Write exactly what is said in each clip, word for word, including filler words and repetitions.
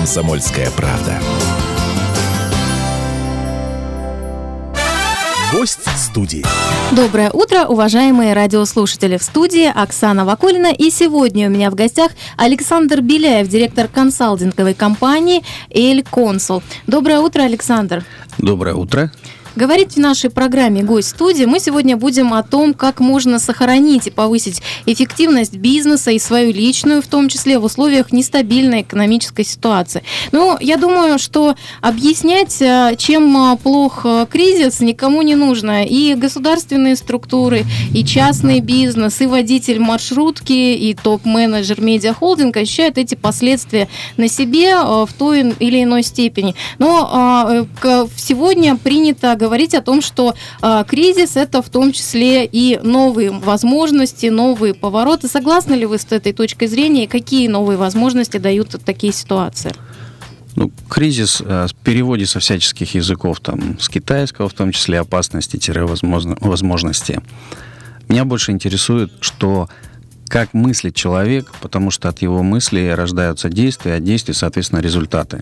«Комсомольская правда». Гость студии. Доброе утро, уважаемые радиослушатели. В студии Оксана Вакулина. И сегодня у меня в гостях Александр Беляев, директор консалтинговой компании «Эль Консул». Доброе утро, Александр. Доброе утро. Говорить в нашей программе «Гость студии» мы сегодня будем о том, как можно сохранить и повысить эффективность бизнеса и свою личную, в том числе в условиях нестабильной экономической ситуации. Ну, я думаю, что объяснять, чем плох кризис, никому не нужно. И государственные структуры, и частный бизнес, и водитель маршрутки, и топ-менеджер медиахолдинга ощущают эти последствия на себе в той или иной степени. Но сегодня принято говорить говорить о том, что э, кризис – это в том числе и новые возможности, новые повороты. Согласны ли вы с этой точкой зрения? И какие новые возможности дают такие ситуации? Ну, кризис э, в переводе со всяческих языков, там, с китайского, в том числе опасности-возможности. Меня больше интересует, что как мыслит человек, потому что от его мыслей рождаются действия, от действий, соответственно, результаты.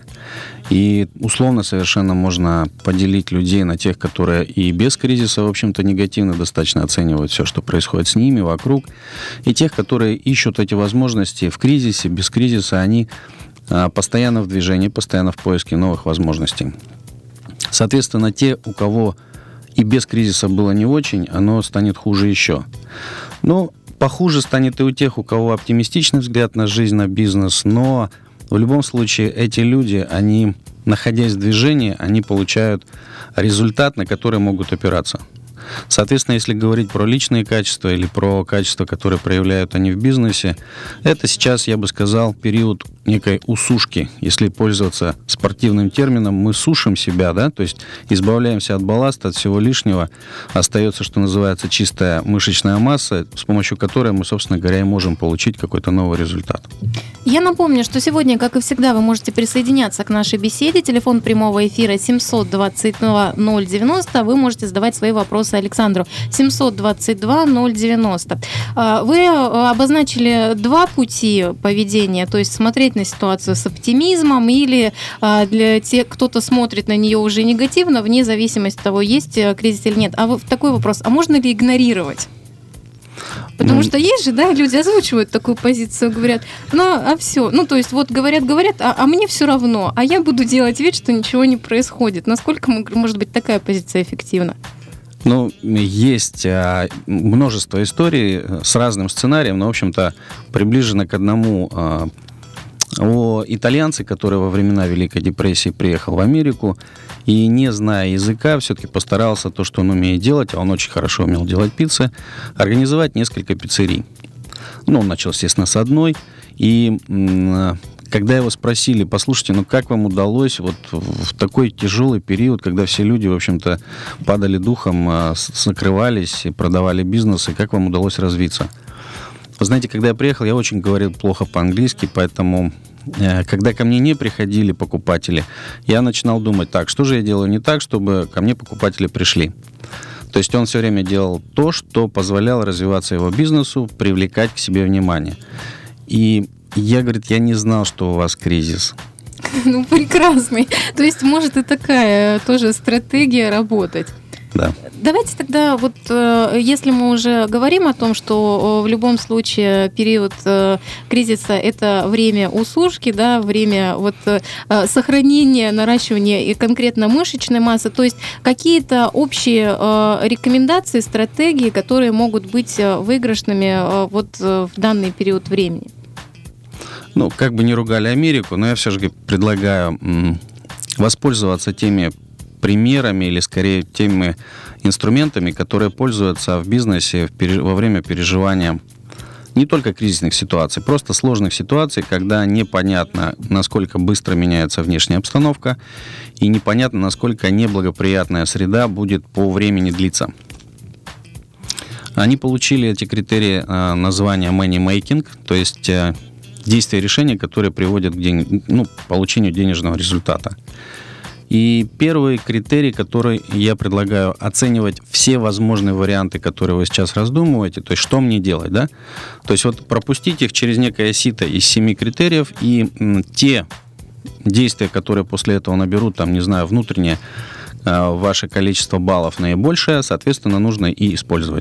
И условно совершенно можно поделить людей на тех, которые и без кризиса, в общем-то, негативно достаточно оценивают все, что происходит с ними, вокруг, и тех, которые ищут эти возможности в кризисе, без кризиса, они постоянно в движении, постоянно в поиске новых возможностей. Соответственно, те, у кого и без кризиса было не очень, оно станет хуже еще. Ну, похуже станет и у тех, у кого оптимистичный взгляд на жизнь, на бизнес, но в любом случае эти люди, они, находясь в движении, они получают результат, на который могут опираться. Соответственно, если говорить про личные качества или про качества, которые проявляют они в бизнесе, это сейчас, я бы сказал, период некой усушки. Если пользоваться спортивным термином, мы сушим себя, да, то есть избавляемся от балласта, от всего лишнего. Остается, что называется, чистая мышечная масса, с помощью которой мы, собственно говоря, и можем получить какой-то новый результат. Я напомню, что сегодня, как и всегда, вы можете присоединяться к нашей беседе. Телефон прямого эфира семь двадцать два ноль девяносто. Вы можете задавать свои вопросы Александру. семь двадцать два ноль девяносто. Вы обозначили два пути поведения, то есть смотреть на ситуацию с оптимизмом или для тех, кто-то смотрит на нее уже негативно, вне зависимости от того, есть кризис или нет. А вот такой вопрос, а можно ли игнорировать? Потому ну, что есть же, да, люди озвучивают такую позицию, говорят, ну, а все, ну, то есть вот говорят, говорят, а, а мне все равно, а я буду делать вид, что ничего не происходит. Насколько может быть такая позиция эффективна? Ну, есть а, множество историй с разным сценарием, но, в общем-то, приближено к одному. А, о итальянце, который во времена Великой депрессии приехал в Америку и, не зная языка, все-таки постарался то, что он умеет делать, а он очень хорошо умел делать пиццы, организовать несколько пиццерий. Ну, он начал, естественно, с одной, и м- когда его спросили, послушайте, ну как вам удалось вот в такой тяжелый период, когда все люди, в общем-то, падали духом, закрывались и продавали бизнесы, как вам удалось развиться? Вы знаете, когда я приехал, я очень говорил плохо по-английски, поэтому, когда ко мне не приходили покупатели, я начинал думать, так, что же я делаю не так, чтобы ко мне покупатели пришли? То есть он все время делал то, что позволяло развиваться его бизнесу, привлекать к себе внимание. И я, говорит, я не знал, что у вас кризис. Ну, прекрасный. То есть может и такая тоже стратегия работать. Да. Давайте тогда, вот если мы уже говорим о том, что в любом случае период кризиса – это время усушки, да, время вот сохранения, наращивания и конкретно мышечной массы, то есть какие-то общие рекомендации, стратегии, которые могут быть выигрышными вот в данный период времени? Ну, как бы не ругали Америку, но я все же предлагаю м, воспользоваться теми примерами или, скорее, теми инструментами, которые пользуются в бизнесе во время переживания не только кризисных ситуаций, просто сложных ситуаций, когда непонятно, насколько быстро меняется внешняя обстановка, и непонятно, насколько неблагоприятная среда будет по времени длиться. Они получили эти критерии э, названия money making, то есть э, действия и решения, которые приводят к ден... ну, получению денежного результата. И первый критерий, который я предлагаю оценивать все возможные варианты, которые вы сейчас раздумываете, то есть что мне делать, да? То есть вот пропустить их через некое сито из семи критериев, и м, те действия, которые после этого наберут, там, не знаю, внутреннее э, ваше количество баллов наибольшее, соответственно, нужно и использовать.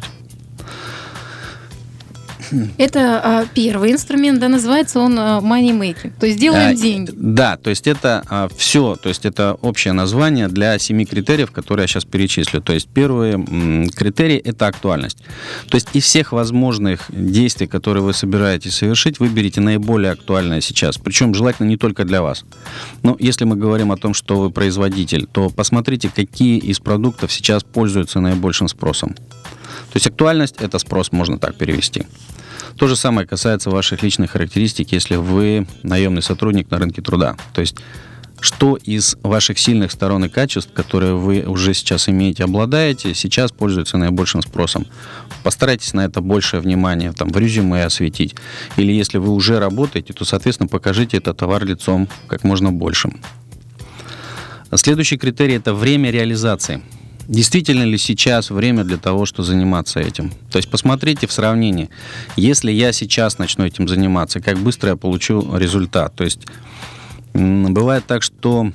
Это а, первый инструмент, да, называется он а, money making, то есть делаем а, деньги. Да, то есть это а, все, то есть это общее название для семи критериев, которые я сейчас перечислю. То есть первый м, критерий – это актуальность. То есть из всех возможных действий, которые вы собираетесь совершить, выберите наиболее актуальное сейчас. Причем желательно не только для вас. Но если мы говорим о том, что вы производитель, то посмотрите, какие из продуктов сейчас пользуются наибольшим спросом. То есть актуальность – это спрос, можно так перевести. То же самое касается ваших личных характеристик, если вы наемный сотрудник на рынке труда. То есть что из ваших сильных сторон и качеств, которые вы уже сейчас имеете, обладаете, сейчас пользуется наибольшим спросом. Постарайтесь на это большее внимание там, в резюме осветить. Или если вы уже работаете, то, соответственно, покажите этот товар лицом как можно большим. Следующий критерий – это время реализации. Действительно ли сейчас время для того, чтобы заниматься этим? То есть посмотрите в сравнении. Если я сейчас начну этим заниматься, как быстро я получу результат? То есть бывает так, что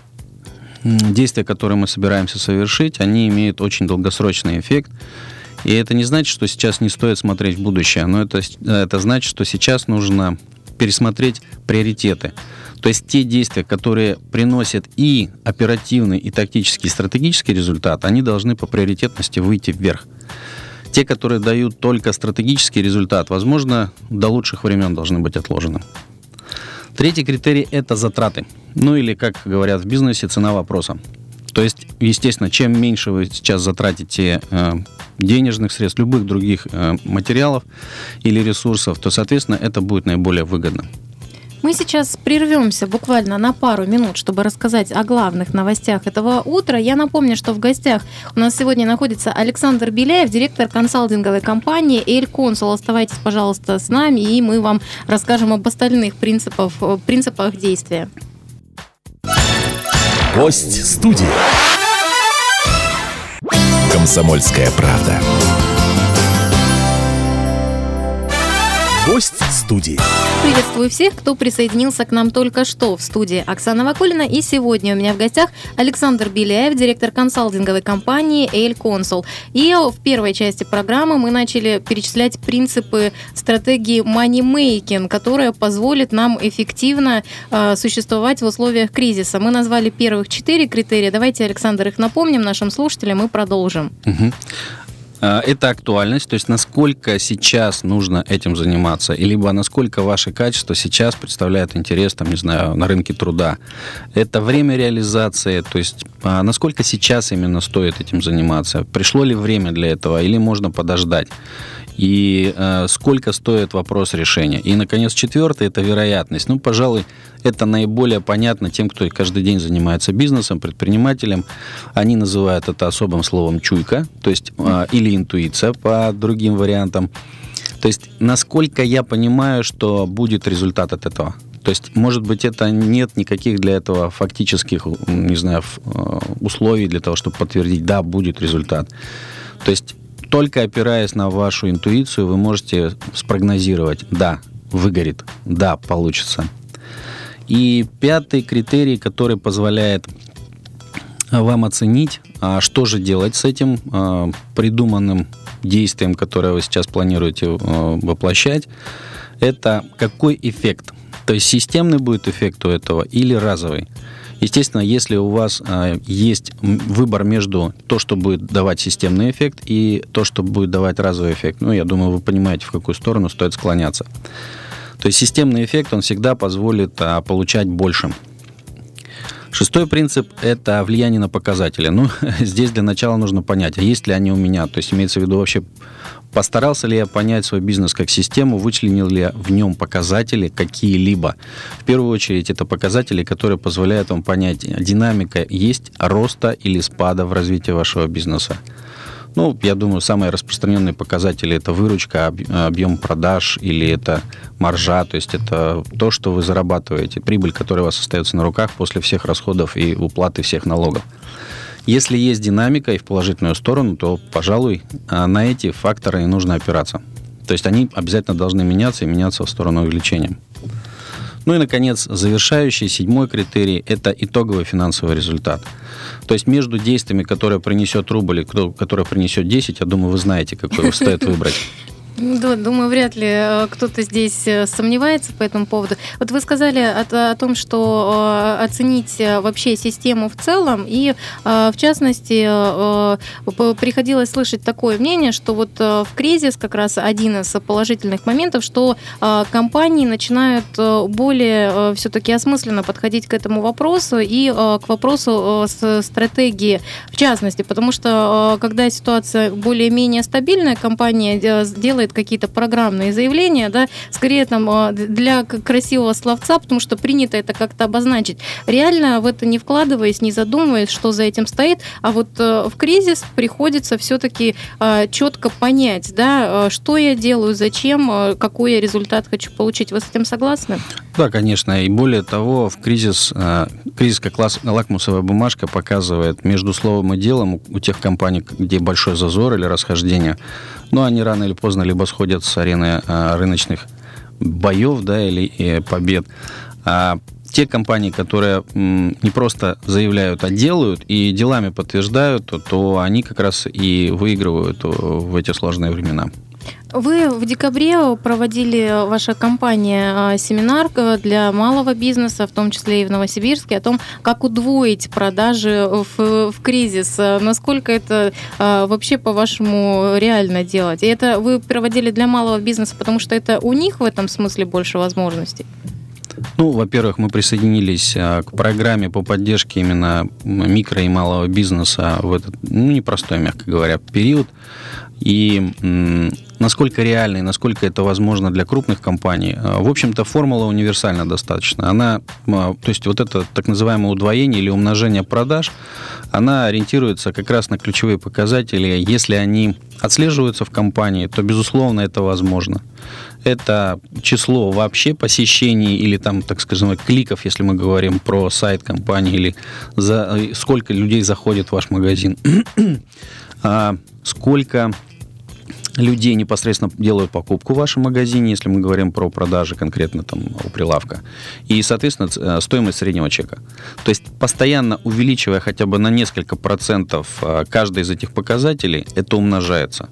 действия, которые мы собираемся совершить, они имеют очень долгосрочный эффект. И это не значит, что сейчас не стоит смотреть в будущее, но это, это значит, что сейчас нужно пересмотреть приоритеты. То есть те действия, которые приносят и оперативный, и тактический, и стратегический результат, они должны по приоритетности выйти вверх. Те, которые дают только стратегический результат, возможно, до лучших времен должны быть отложены. Третий критерий – это затраты. Ну или, как говорят в бизнесе, цена вопроса. То есть, естественно, чем меньше вы сейчас затратите э, денежных средств, любых других э, материалов или ресурсов, то, соответственно, это будет наиболее выгодно. Мы сейчас прервемся буквально на пару минут, чтобы рассказать о главных новостях этого утра. Я напомню, что в гостях у нас сегодня находится Александр Беляев, директор консалтинговой компании Эль-Консул. Оставайтесь, пожалуйста, с нами, и мы вам расскажем об остальных принципах, принципах действия. Гость студии. Комсомольская правда. Гость студии. Приветствую всех, кто присоединился к нам только что. В студии Оксана Вакулина, и сегодня у меня в гостях Александр Беляев, директор консалтинговой компании Эль-Консул. И в первой части программы мы начали перечислять принципы стратегии money making, которая позволит нам эффективно э, существовать в условиях кризиса. Мы назвали первых четыре критерия. Давайте, Александр, их напомним нашим слушателям и продолжим. Угу. Это актуальность, то есть насколько сейчас нужно этим заниматься, и либо насколько ваши качества сейчас представляют интерес, там, не знаю, на рынке труда. Это время реализации, то есть насколько сейчас именно стоит этим заниматься, пришло ли время для этого, или можно подождать. И э, сколько стоит вопрос решения. И, наконец, четвертый – это вероятность. Ну, пожалуй, это наиболее понятно тем, кто каждый день занимается бизнесом, предпринимателем. Они называют это особым словом «чуйка», то есть э, или интуиция по другим вариантам. То есть, насколько я понимаю, что будет результат от этого. То есть, может быть, это нет никаких для этого фактических, не знаю, условий для того, чтобы подтвердить, да, будет результат. То есть, только опираясь на вашу интуицию, вы можете спрогнозировать, да, выгорит, да, получится. И пятый критерий, который позволяет вам оценить, что же делать с этим придуманным действием, которое вы сейчас планируете воплощать, это какой эффект. То есть системный будет эффект у этого или разовый. Естественно, если у вас э, есть выбор между то, что будет давать системный эффект, и то, что будет давать разовый эффект, ну, я думаю, вы понимаете, в какую сторону стоит склоняться. То есть системный эффект, он всегда позволит а, получать больше. Шестой принцип – это влияние на показатели. Ну, здесь для начала нужно понять, а есть ли они у меня. То есть имеется в виду вообще, постарался ли я понять свой бизнес как систему, вычленил ли я в нем показатели какие-либо. В первую очередь, это показатели, которые позволяют вам понять, динамика есть роста или спада в развитии вашего бизнеса. Ну, я думаю, самые распространенные показатели – это выручка, объем продаж или это маржа, то есть это то, что вы зарабатываете, прибыль, которая у вас остается на руках после всех расходов и уплаты всех налогов. Если есть динамика и в положительную сторону, то, пожалуй, на эти факторы и нужно опираться. То есть они обязательно должны меняться и меняться в сторону увеличения. Ну и, наконец, завершающий, седьмой критерий – это итоговый финансовый результат. То есть между действиями, которые принесет рубль и которые принесет десять, я думаю, вы знаете, какой стоит выбрать. Да, думаю, вряд ли кто-то здесь сомневается по этому поводу. Вот вы сказали о, о том, что оценить вообще систему в целом, и в частности приходилось слышать такое мнение, что вот в кризис как раз один из положительных моментов, что компании начинают более все-таки осмысленно подходить к этому вопросу и к вопросу стратегии в частности, потому что когда ситуация более-менее стабильная, компания делает какие-то программные заявления, да, скорее там для красивого словца, потому что принято это как-то обозначить. Реально в это не вкладываясь, не задумываясь, что за этим стоит, а вот в кризис приходится все-таки четко понять, да, что я делаю, зачем, какой я результат хочу получить. Вы с этим согласны? Да, конечно. И более того, в кризис, кризис как лакмусовая бумажка показывает между словом и делом у тех компаний, где большой зазор или расхождение, но они рано или поздно либо сходят с арены рыночных боев, да, или побед. А те компании, которые не просто заявляют, а делают, и делами подтверждают, то, то они как раз и выигрывают в эти сложные времена. Вы в декабре проводили, ваша компания, семинар для малого бизнеса, в том числе и в Новосибирске, о том, как удвоить продажи в, в кризис. Насколько это вообще, по-вашему, реально делать? И это вы проводили для малого бизнеса, потому что это у них в этом смысле больше возможностей? Ну, во-первых, мы присоединились к программе по поддержке именно микро и малого бизнеса в этот, ну, непростой, мягко говоря, период. И м, насколько реально и насколько это возможно для крупных компаний, в общем-то, формула универсальна достаточно. Она, то есть вот это так называемое удвоение или умножение продаж, она ориентируется как раз на ключевые показатели. Если они отслеживаются в компании, то, безусловно, это возможно. Это число вообще посещений или там, так скажем, кликов, если мы говорим про сайт компании, или за, сколько людей заходит в ваш магазин, сколько людей непосредственно делают покупку в вашем магазине, если мы говорим про продажи конкретно там у прилавка, и, соответственно, стоимость среднего чека. То есть постоянно увеличивая хотя бы на несколько процентов каждый из этих показателей, это умножается.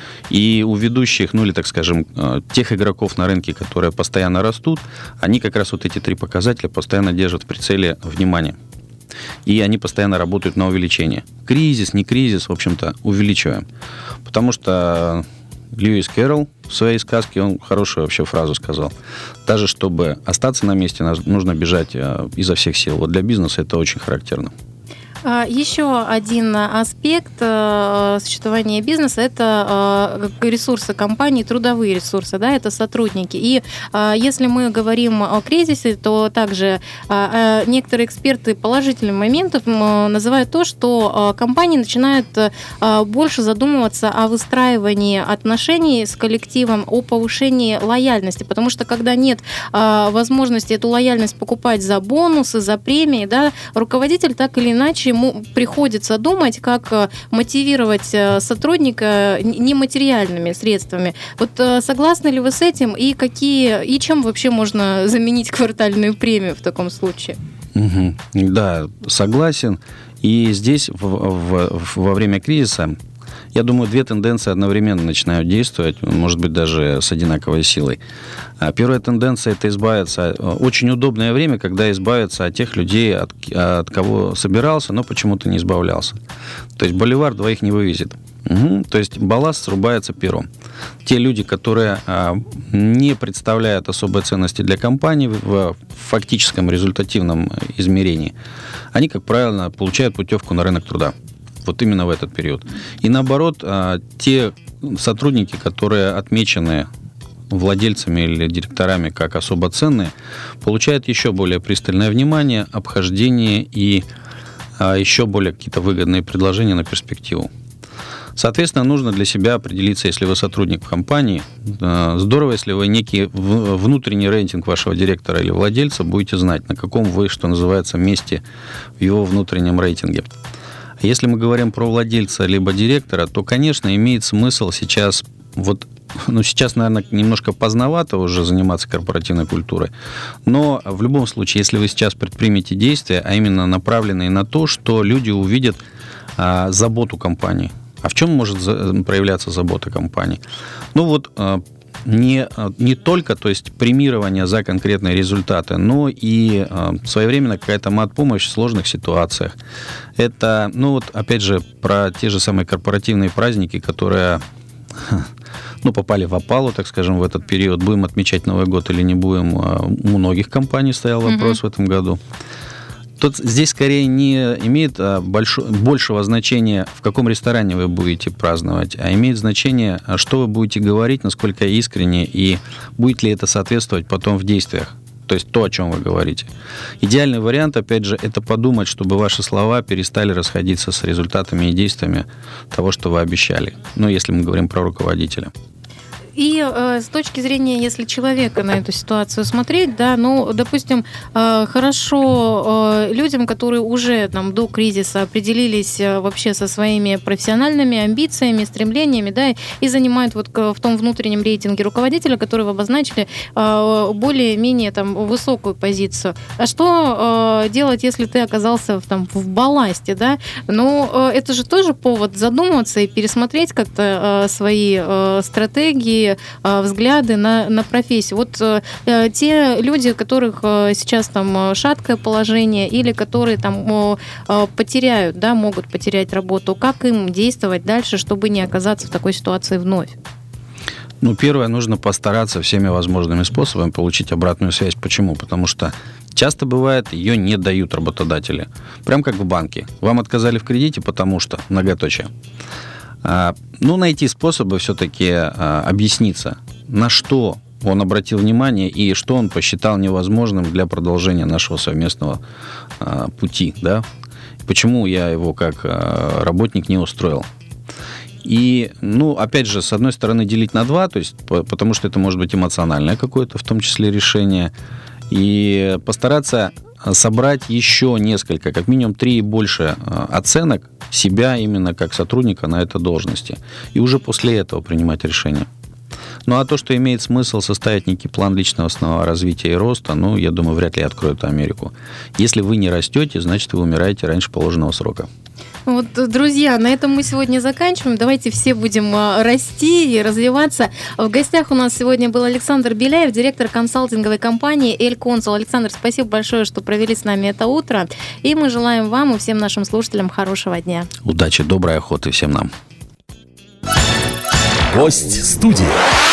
И у ведущих, ну или, так скажем, тех игроков на рынке, которые постоянно растут, они как раз вот эти три показателя постоянно держат в прицеле внимания. И они постоянно работают на увеличение. Кризис, не кризис, в общем-то, увеличиваем. Потому что Льюис Кэрролл в своей сказке, он хорошую вообще фразу сказал. Даже чтобы остаться на месте, нужно бежать изо всех сил. Вот для бизнеса это очень характерно. Еще один аспект существования бизнеса – это ресурсы компании, трудовые ресурсы, да, это сотрудники. И если мы говорим о кризисе, то также некоторые эксперты положительным моментом называют то, что компании начинают больше задумываться о выстраивании отношений с коллективом, о повышении лояльности, потому что когда нет возможности эту лояльность покупать за бонусы, за премии, да, руководитель так или иначе ему приходится думать, как мотивировать сотрудника нематериальными средствами. Вот согласны ли вы с этим, и какие, и чем вообще можно заменить квартальную премию в таком случае? Угу. Да, согласен. И здесь в, в, во время кризиса, я думаю, две тенденции одновременно начинают действовать, может быть, даже с одинаковой силой. Первая тенденция – это избавиться. Очень удобное время, когда избавиться от тех людей, от, от кого собирался, но почему-то не избавлялся. То есть боливар двоих не вывезет. Угу. То есть балласт срубается пером. Те люди, которые а, не представляют особой ценности для компании в фактическом результативном измерении, они, как правило, получают путевку на рынок труда. Вот именно в этот период. И наоборот, те сотрудники, которые отмечены владельцами или директорами как особо ценные, получают еще более пристальное внимание, обхождение и еще более какие-то выгодные предложения на перспективу. Соответственно, нужно для себя определиться, если вы сотрудник в компании. Здорово, если вы некий внутренний рейтинг вашего директора или владельца будете знать, на каком вы, что называется, месте в его внутреннем рейтинге. Если мы говорим про владельца либо директора, то, конечно, имеет смысл сейчас вот ну, сейчас, наверное, немножко поздновато уже заниматься корпоративной культурой, но в любом случае, если вы сейчас предпримете действия, а именно направленные на то, что люди увидят а, заботу компании. А в чем может за, проявляться забота компании? Ну вот а, не, не только, то есть премирование за конкретные результаты, но и а, своевременно какая-то мат-помощь в сложных ситуациях. Это, ну вот, опять же, про те же самые корпоративные праздники, которые... ну, попали в опалу, так скажем, в этот период. Будем отмечать Новый год или не будем? У многих компаний стоял вопрос mm-hmm. в этом году. Тут здесь скорее не имеет больш... большего значения, в каком ресторане вы будете праздновать, а имеет значение, что вы будете говорить, насколько искренне, и будет ли это соответствовать потом в действиях. То есть то, о чем вы говорите. Идеальный вариант, опять же, это подумать, чтобы ваши слова перестали расходиться с результатами и действиями того, что вы обещали. Ну, если мы говорим про руководителя. И э, с точки зрения, если человека на эту ситуацию смотреть, да, ну, допустим, э, хорошо э, людям, которые уже там до кризиса определились э, вообще со своими профессиональными амбициями, стремлениями, да, и занимают вот в том внутреннем рейтинге руководителя, которого обозначили, э, более-менее там высокую позицию. А что э, делать, если ты оказался в, там, в балласте, да? Ну, э, это же тоже повод задуматься и пересмотреть как-то э, свои э, стратегии, взгляды на, на профессию. Вот э, те люди, у которых э, сейчас там шаткое положение или которые там э, потеряют, да, могут потерять работу, как им действовать дальше, чтобы не оказаться в такой ситуации вновь? Ну, первое, нужно постараться всеми возможными способами получить обратную связь. Почему? Потому что часто бывает, ее не дают работодатели. Прям как в банке. Вам отказали в кредите, потому что многоточие. Ну, найти способы все-таки объясниться, на что он обратил внимание и что он посчитал невозможным для продолжения нашего совместного пути, да? Почему я его как работник не устроил. И, ну, опять же, с одной стороны, делить на два, то есть, потому что это может быть эмоциональное какое-то, в том числе, решение, и постараться собрать еще несколько, как минимум три и больше оценок себя именно как сотрудника на этой должности. И уже после этого принимать решение. Ну, а то, что имеет смысл составить некий план личностного развития и роста, ну, я думаю, вряд ли откроет Америку. Если вы не растете, значит, вы умираете раньше положенного срока. Вот, друзья, на этом мы сегодня заканчиваем. Давайте все будем расти и развиваться. В гостях у нас сегодня был Александр Беляев, директор консалтинговой компании «Эль-Консул». Александр, спасибо большое, что провели с нами это утро. И мы желаем вам и всем нашим слушателям хорошего дня. Удачи, доброй охоты всем нам. Гость студии.